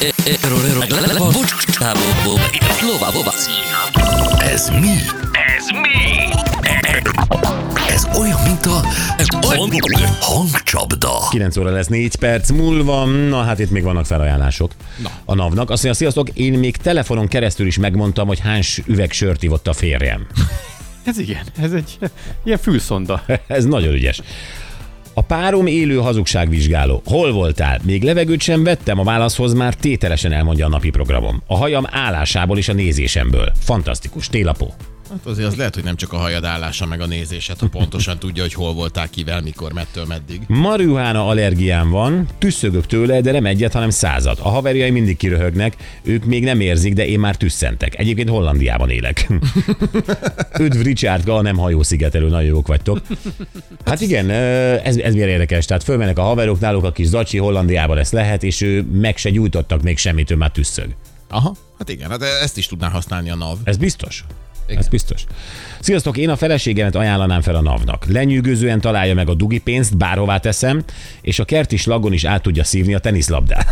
Ez mi? Ez mi? Ez olyan, mint a hangcsapda. 9 óra lesz 4 perc múlva. Na hát itt még vannak felajánlások a NAV-nak. Azt mondja, sziasztok, én még telefonon keresztül is megmondtam, hogy hány üveg sört ivott a férjem. Ez igen, ez egy ilyen fülszonda. Ez nagyon ügyes. A párom élő hazugságvizsgáló. Hol voltál? Még levegőt sem vettem, a válaszhoz már tételesen elmondja a napi programom. A hajam állásából és a nézésemből. Fantasztikus, télapó. Hát azért az lehet, hogy nem csak a hajad állása meg a nézésed, ha pontosan tudja, hogy hol voltál, kivel, mikor, mettől, meddig. Marihuána allergiám van, tüsszögök tőle, de nem egyet, hanem 100. A haverjai mindig kiröhögnek, ők még nem érzik, de én már tüsszentek. Egyébként Hollandiában élek. Üdv Richardka, nem hajószigetelő, nagyon jók vagytok. Hát igen, ez milyen érdekes. Tehát fölmennek a haverok, náluk a kis zacsi, Hollandiában ezt lehet, és ő meg se gyújtottak még semmit, ő már tüsszög. Aha, hát igen, hát ezt is tudná használni a NAV. Ez biztos. Igen. Ez biztos. Sziasztok, én a feleségemet ajánlanám fel a NAV-nak. Lenyűgözően találja meg a dugi pénzt, bárhová teszem, és a kerti slagon is át tudja szívni a teniszlabdát.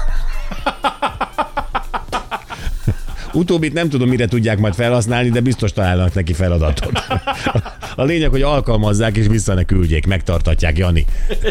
Utóbbit nem tudom, mire tudják majd felhasználni, de biztos találnak neki feladatot. A lényeg, hogy alkalmazzák és vissza ne küldjék, megtartatják, Jani.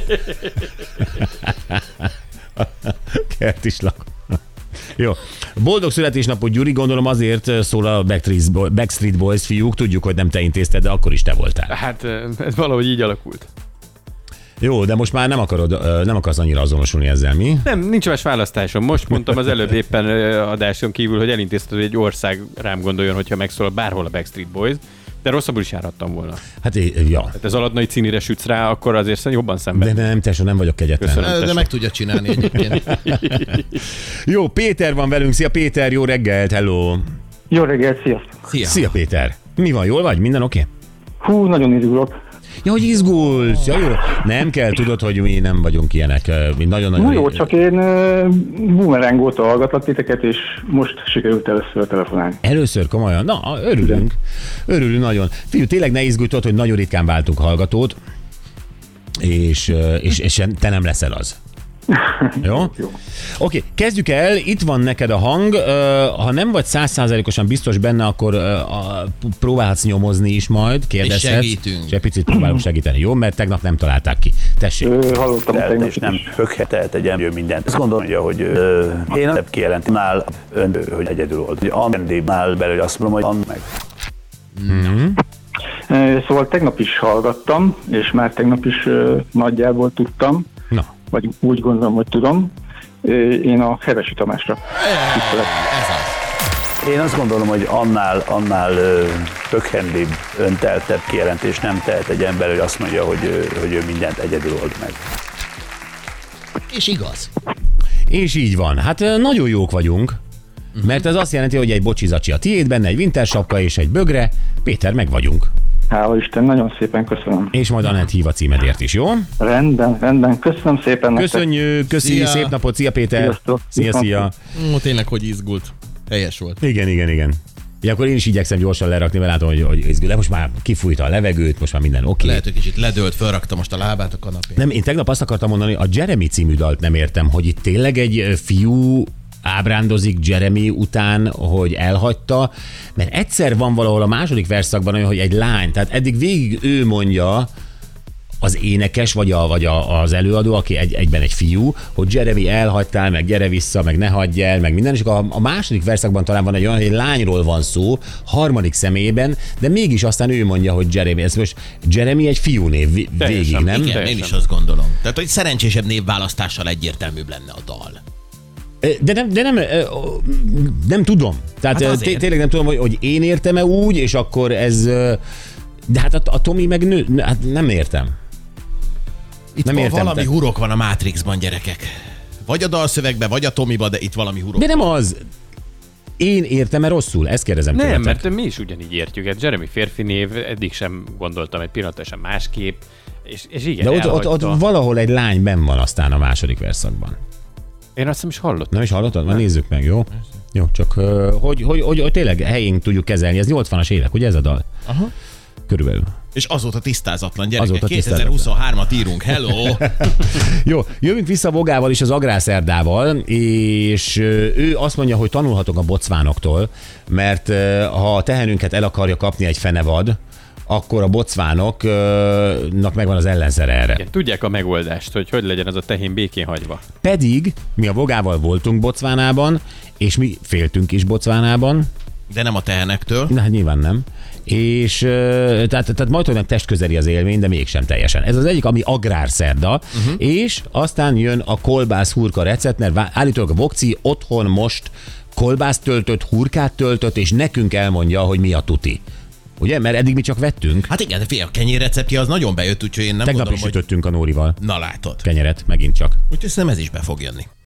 Kerti slagon. Jó. Boldog születésnapot, Gyuri, gondolom azért szól a Backstreet Boys, fiúk, tudjuk, hogy nem te intézted, de akkor is te voltál. Hát ez valahogy így alakult. Jó, de most már nem akarsz annyira azonosulni ezzel, mi? Nem, nincs más választásom. Most mondtam az előbb éppen adáson kívül, hogy elintézted, hogy egy ország rám gondoljon, hogyha megszól bárhol a Backstreet Boys, de rosszabbul is járhattam volna. Hát, ja. Hát ez Aladnai Cinire sütsz rá, akkor azért jobban szemben. De nem, tesó, nem vagyok kegyetlen. Köszönöm, De meg tudja csinálni egyébként. Jó, Péter van velünk. Szia, Péter, jó reggelt, hello. Jó reggelt, sziasztok! Szia, Péter. Mi van, jól vagy? Minden oké? Hú, nagyon izgulok. Ja, hogy izgulsz. Ja, jó. Nem kell, tudod, hogy mi nem vagyunk ilyenek. Mi nagyon-nagyon... No, jó, csak én Boomerang óta hallgatlak titeket, és most sikerült először telefonálni. Először komolyan? Na, örülünk. Örülünk nagyon. Fiú, tényleg ne izgulj, tudod, hogy nagyon ritkán váltunk hallgatót, és te nem leszel az. Jó? Oké, kezdjük el, itt van neked a hang, ha nem vagy 100%-osan biztos benne, akkor próbálhatsz nyomozni is majd, kérdezhetsz. És segítünk. És egy picit próbálunk segíteni, jó? Mert tegnap nem találták ki. Tessék. Hallottam tegnap és nem höghetelt egy ember mindent. Ezt gondolja, hogy én nem kijelenti nál ön, hogy egyedül volt. Hogy Andébnál belőle azt mondom, hogy meg. Szóval tegnap is hallgattam, és már tegnap is nagyjából tudtam, vagy úgy gondolom, hogy tudom. Én a Hevesi Tamásra tisztelek. Ez az. Én azt gondolom, hogy annál höghendibb, önteltebb kijelentés nem tehet egy ember, hogy azt mondja, hogy ő mindent egyedül old meg. És igaz. És így van. Hát nagyon jók vagyunk, mert ez azt jelenti, hogy egy bocsizacsi a tiéd, benne egy wintersapka és egy bögre. Péter, meg vagyunk. Hála Isten, nagyon szépen köszönöm. És majd Anett hív a címedért is, jó? Rendben, köszönöm szépen nektek. Köszönjük, köszi, Szia. szép napot, szia Péter. Sziasztok. Szia. Tényleg, hogy izgult. Helyes volt. Igen. Ja, akkor én is igyekszem gyorsan lerakni, mert látom, hogy izgul. De most már kifújta a levegőt, most már minden oké. Lehet, hogy kicsit ledőlt, felrakta most a lábát a kanapén. Nem, én tegnap azt akartam mondani, a Jeremy című dalt nem értem, hogy itt tényleg egy fiú ábrándozik Jeremy után, hogy elhagyta, mert egyszer van valahol a második verszakban olyan, hogy egy lány, tehát eddig végig ő mondja, az énekes, vagy az előadó, aki egyben egy fiú, hogy Jeremy elhagytál, meg gyere vissza, meg ne hagyj el, meg minden, és akkor a második verszakban talán van egy olyan, hogy egy lányról van szó, harmadik személyben, de mégis aztán ő mondja, hogy Jeremy. Ez most Jeremy egy fiúnév végig, nem? Igen, én is azt gondolom. Tehát, hogy szerencsésebb névválasztással egyértelmőbb lenne a dal. De nem tudom. Tehát Hát tényleg nem tudom, hogy én értem-e úgy, és akkor ez... De hát a Tomi meg nő, hát nem értem. Itt nem értem, valami hurok van a Matrixban, gyerekek. Vagy a dalszövegben, vagy a Tomiba, de itt valami hurok. De nem az. Én értem-e rosszul? Ezt kérdezem Nem, tőletek. mert mi is ugyanígy értjük. Hát Jeremy férfi név, eddig sem gondoltam egy pillanatra sem másképp. És igen, de ott valahol egy lány benn van aztán a második verszakban. Én azt is hallottam. Nem is hallottad? Már nézzük meg, jó? Jó, csak hogy tényleg helyén tudjuk kezelni. Ez 80-as évek, ugye ez a dal? Aha. Körülbelül. És azóta tisztázatlan gyerekek. Azóta 2023-at írunk, hello! Jó, jövünk vissza Vogával és az Agrárszerdával, és ő azt mondja, hogy tanulhatok a bocvánoktól, mert ha a tehenünket el akarja kapni egy fenevad, akkor a bocvánoknak megvan az ellenszere erre. Igen, tudják a megoldást, hogy legyen az a tehén békén hagyva. Pedig mi a Vogával voltunk Bocvánában, és mi féltünk is Bocvánában. De nem a tehenektől. Na, hát nyilván nem. És tehát majdnem nem testközeli az élmény, de mégsem teljesen. Ez az egyik, ami Agrárszerda, és aztán jön a kolbász hurka recept, mert állítólag a Vokci otthon most kolbászt töltött, hurkát töltött, és nekünk elmondja, hogy mi a tuti. Ugye? Mert eddig mi csak vettünk. Hát igen, de fél, a kenyérreceptje az nagyon bejött, úgyhogy én nem Tegnap gondolom, is sütöttünk a Nórival. Na látod. Kenyeret, megint csak. Úgyhogy szerintem ez is be fog jönni.